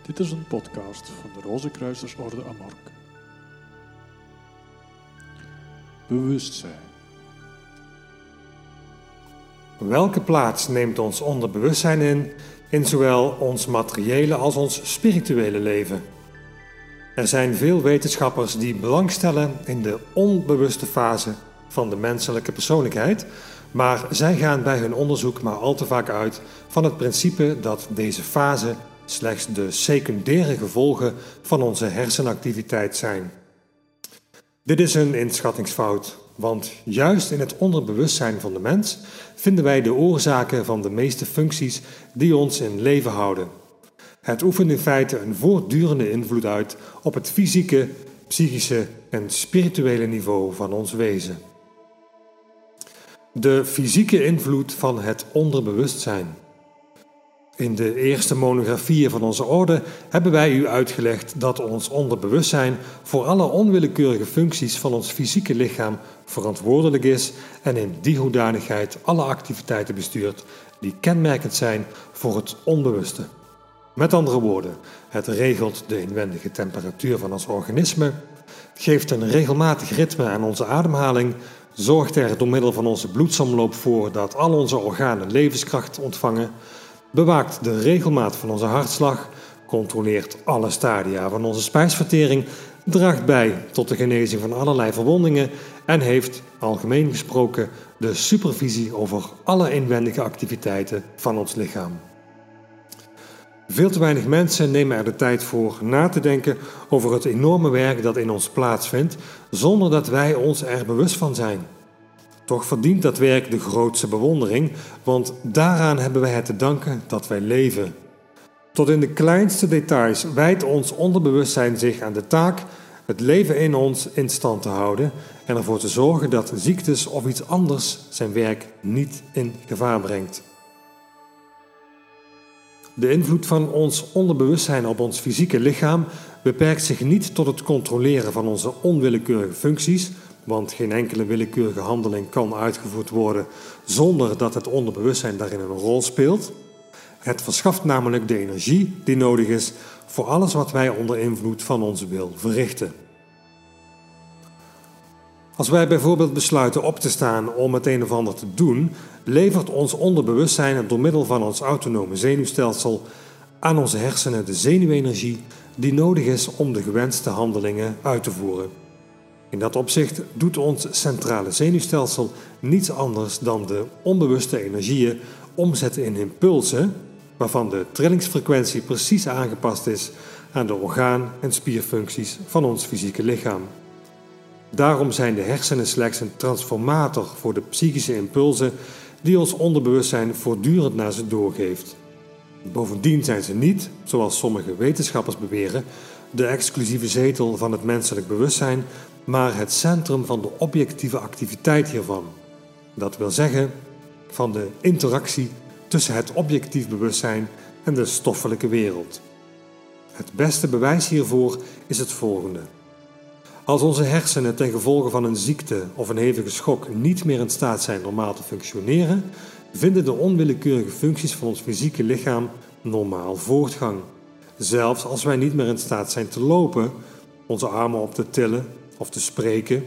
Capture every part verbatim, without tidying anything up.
Dit is een podcast van de Rozenkruisersorde Amork. Bewustzijn. Welke plaats neemt ons onderbewustzijn in, in zowel ons materiële als ons spirituele leven? Er zijn veel wetenschappers die belang stellen in de onbewuste fase van de menselijke persoonlijkheid, maar zij gaan bij hun onderzoek maar al te vaak uit van het principe dat deze fase slechts de secundaire gevolgen van onze hersenactiviteit zijn. Dit is een inschattingsfout, want juist in het onderbewustzijn van de mens vinden wij de oorzaken van de meeste functies die ons in leven houden. Het oefent in feite een voortdurende invloed uit op het fysieke, psychische en spirituele niveau van ons wezen. De fysieke invloed van het onderbewustzijn. In de eerste monografieën van onze orde hebben wij u uitgelegd dat ons onderbewustzijn voor alle onwillekeurige functies van ons fysieke lichaam verantwoordelijk is en in die hoedanigheid alle activiteiten bestuurt die kenmerkend zijn voor het onbewuste. Met andere woorden, het regelt de inwendige temperatuur van ons organisme, geeft een regelmatig ritme aan onze ademhaling, zorgt er door middel van onze bloedsomloop voor dat al onze organen levenskracht ontvangen, bewaakt de regelmaat van onze hartslag, controleert alle stadia van onze spijsvertering, draagt bij tot de genezing van allerlei verwondingen en heeft, algemeen gesproken, de supervisie over alle inwendige activiteiten van ons lichaam. Veel te weinig mensen nemen er de tijd voor na te denken over het enorme werk dat in ons plaatsvindt, zonder dat wij ons er bewust van zijn. Toch verdient dat werk de grootste bewondering, want daaraan hebben wij het te danken dat wij leven. Tot in de kleinste details wijdt ons onderbewustzijn zich aan de taak het leven in ons in stand te houden en ervoor te zorgen dat ziektes of iets anders zijn werk niet in gevaar brengt. De invloed van ons onderbewustzijn op ons fysieke lichaam beperkt zich niet tot het controleren van onze onwillekeurige functies, want geen enkele willekeurige handeling kan uitgevoerd worden zonder dat het onderbewustzijn daarin een rol speelt. Het verschaft namelijk de energie die nodig is voor alles wat wij onder invloed van onze wil verrichten. Als wij bijvoorbeeld besluiten op te staan om het een of ander te doen, levert ons onderbewustzijn door middel van ons autonome zenuwstelsel aan onze hersenen de zenuwenergie die nodig is om de gewenste handelingen uit te voeren. In dat opzicht doet ons centrale zenuwstelsel niets anders dan de onbewuste energieën omzetten in impulsen, waarvan de trillingsfrequentie precies aangepast is aan de orgaan- en spierfuncties van ons fysieke lichaam. Daarom zijn de hersenen slechts een transformator voor de psychische impulsen die ons onderbewustzijn voortdurend naar ze doorgeeft. Bovendien zijn ze niet, zoals sommige wetenschappers beweren, de exclusieve zetel van het menselijk bewustzijn, maar het centrum van de objectieve activiteit hiervan. Dat wil zeggen, van de interactie tussen het objectief bewustzijn en de stoffelijke wereld. Het beste bewijs hiervoor is het volgende. Als onze hersenen ten gevolge van een ziekte of een hevige schok niet meer in staat zijn normaal te functioneren, vinden de onwillekeurige functies van ons fysieke lichaam normaal voortgang. Zelfs als wij niet meer in staat zijn te lopen, onze armen op te tillen of te spreken.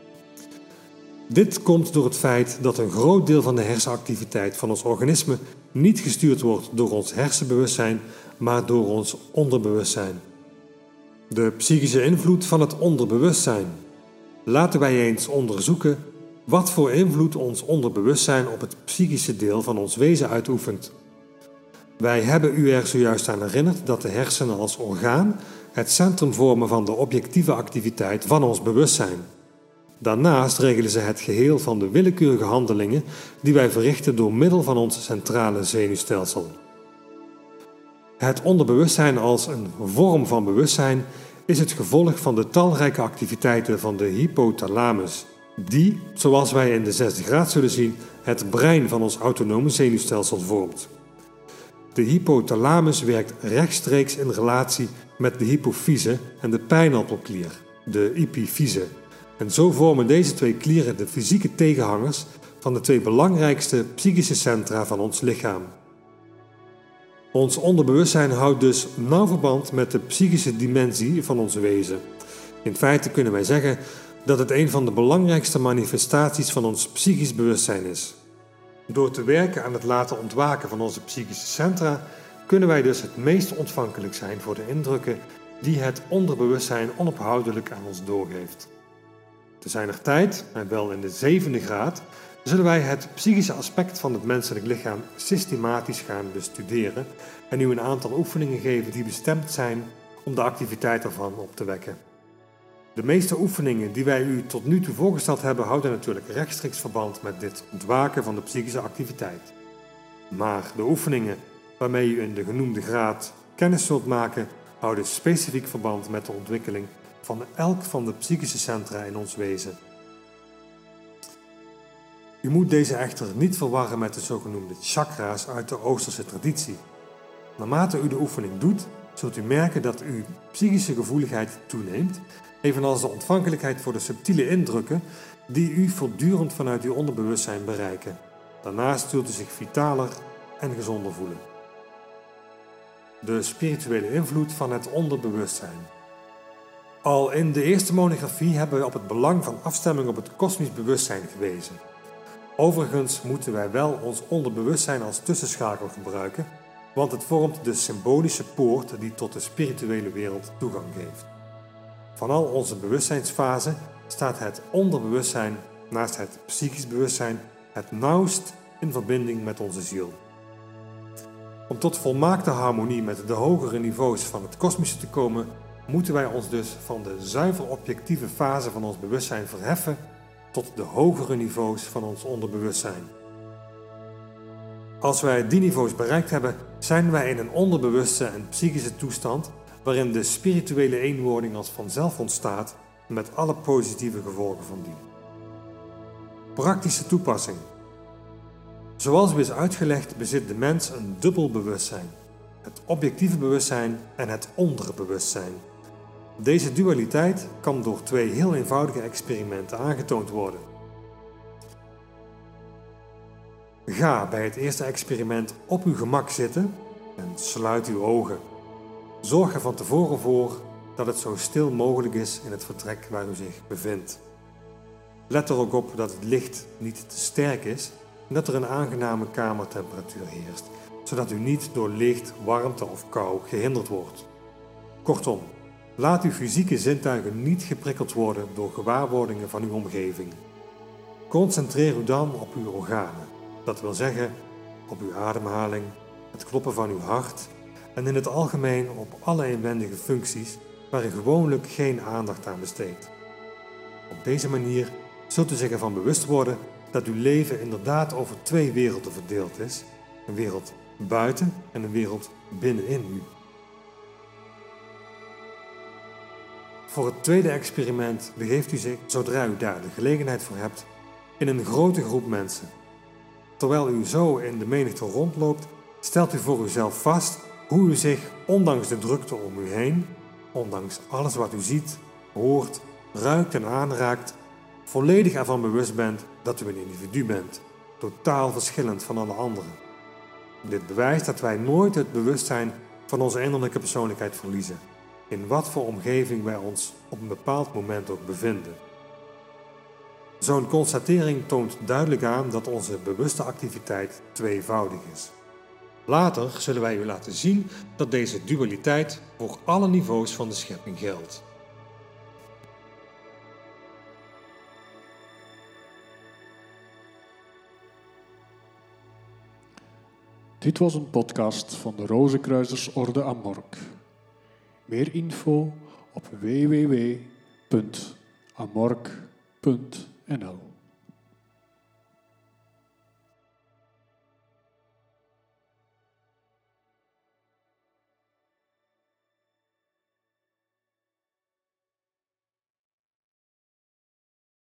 Dit komt door het feit dat een groot deel van de hersenactiviteit van ons organisme niet gestuurd wordt door ons hersenbewustzijn, maar door ons onderbewustzijn. De psychische invloed van het onderbewustzijn. Laten wij eens onderzoeken wat voor invloed ons onderbewustzijn op het psychische deel van ons wezen uitoefent. Wij hebben u er zojuist aan herinnerd dat de hersenen als orgaan het centrum vormen van de objectieve activiteit van ons bewustzijn. Daarnaast regelen ze het geheel van de willekeurige handelingen die wij verrichten door middel van ons centrale zenuwstelsel. Het onderbewustzijn als een vorm van bewustzijn is het gevolg van de talrijke activiteiten van de hypothalamus, die, zoals wij in de zesde graad zullen zien, het brein van ons autonome zenuwstelsel vormt. De hypothalamus werkt rechtstreeks in relatie met de hypofyse en de pijnappelklier, de epifyse. En zo vormen deze twee klieren de fysieke tegenhangers van de twee belangrijkste psychische centra van ons lichaam. Ons onderbewustzijn houdt dus nauw verband met de psychische dimensie van ons wezen. In feite kunnen wij zeggen dat het een van de belangrijkste manifestaties van ons psychisch bewustzijn is. Door te werken aan het laten ontwaken van onze psychische centra kunnen wij dus het meest ontvankelijk zijn voor de indrukken die het onderbewustzijn onophoudelijk aan ons doorgeeft. Te zijner tijd, en wel in de zevende graad, zullen wij het psychische aspect van het menselijk lichaam systematisch gaan bestuderen en u een aantal oefeningen geven die bestemd zijn om de activiteit ervan op te wekken. De meeste oefeningen die wij u tot nu toe voorgesteld hebben, houden natuurlijk rechtstreeks verband met dit ontwaken van de psychische activiteit. Maar de oefeningen waarmee u in de genoemde graad kennis zult maken, houden specifiek verband met de ontwikkeling van elk van de psychische centra in ons wezen. U moet deze echter niet verwarren met de zogenoemde chakra's uit de Oosterse traditie. Naarmate u de oefening doet, zult u merken dat uw psychische gevoeligheid toeneemt, evenals de ontvankelijkheid voor de subtiele indrukken die u voortdurend vanuit uw onderbewustzijn bereiken. Daarnaast zult u zich vitaler en gezonder voelen. De spirituele invloed van het onderbewustzijn. Al in de eerste monografie hebben we op het belang van afstemming op het kosmisch bewustzijn gewezen. Overigens moeten wij wel ons onderbewustzijn als tussenschakel gebruiken, want het vormt de symbolische poort die tot de spirituele wereld toegang geeft. Van al onze bewustzijnsfasen staat het onderbewustzijn naast het psychisch bewustzijn het nauwst in verbinding met onze ziel. Om tot volmaakte harmonie met de hogere niveaus van het kosmische te komen, moeten wij ons dus van de zuiver objectieve fase van ons bewustzijn verheffen tot de hogere niveaus van ons onderbewustzijn. Als wij die niveaus bereikt hebben, zijn wij in een onderbewuste en psychische toestand waarin de spirituele eenwording als vanzelf ontstaat met alle positieve gevolgen van die. Praktische toepassing. Zoals u is uitgelegd bezit de mens een dubbel bewustzijn. Het objectieve bewustzijn en het onderbewustzijn. Deze dualiteit kan door twee heel eenvoudige experimenten aangetoond worden. Ga bij het eerste experiment op uw gemak zitten en sluit uw ogen. Zorg er van tevoren voor dat het zo stil mogelijk is in het vertrek waar u zich bevindt. Let er ook op dat het licht niet te sterk is en dat er een aangename kamertemperatuur heerst, zodat u niet door licht, warmte of kou gehinderd wordt. Kortom, laat uw fysieke zintuigen niet geprikkeld worden door gewaarwordingen van uw omgeving. Concentreer u dan op uw organen, dat wil zeggen op uw ademhaling, het kloppen van uw hart en in het algemeen op alle inwendige functies waar u gewoonlijk geen aandacht aan besteedt. Op deze manier zult u zich ervan bewust worden dat uw leven inderdaad over twee werelden verdeeld is, een wereld buiten en een wereld binnenin u. Voor het tweede experiment begeeft u zich, zodra u daar de gelegenheid voor hebt, in een grote groep mensen. Terwijl u zo in de menigte rondloopt, stelt u voor uzelf vast hoe u zich, ondanks de drukte om u heen, ondanks alles wat u ziet, hoort, ruikt en aanraakt, volledig ervan bewust bent dat u een individu bent, totaal verschillend van alle anderen. Dit bewijst dat wij nooit het bewustzijn van onze innerlijke persoonlijkheid verliezen, in wat voor omgeving wij ons op een bepaald moment ook bevinden. Zo'n constatering toont duidelijk aan dat onze bewuste activiteit tweevoudig is. Later zullen wij u laten zien dat deze dualiteit voor alle niveaus van de schepping geldt. Dit was een podcast van de Rozenkruisersorde Amork. Meer info op w w w punt amork punt n l.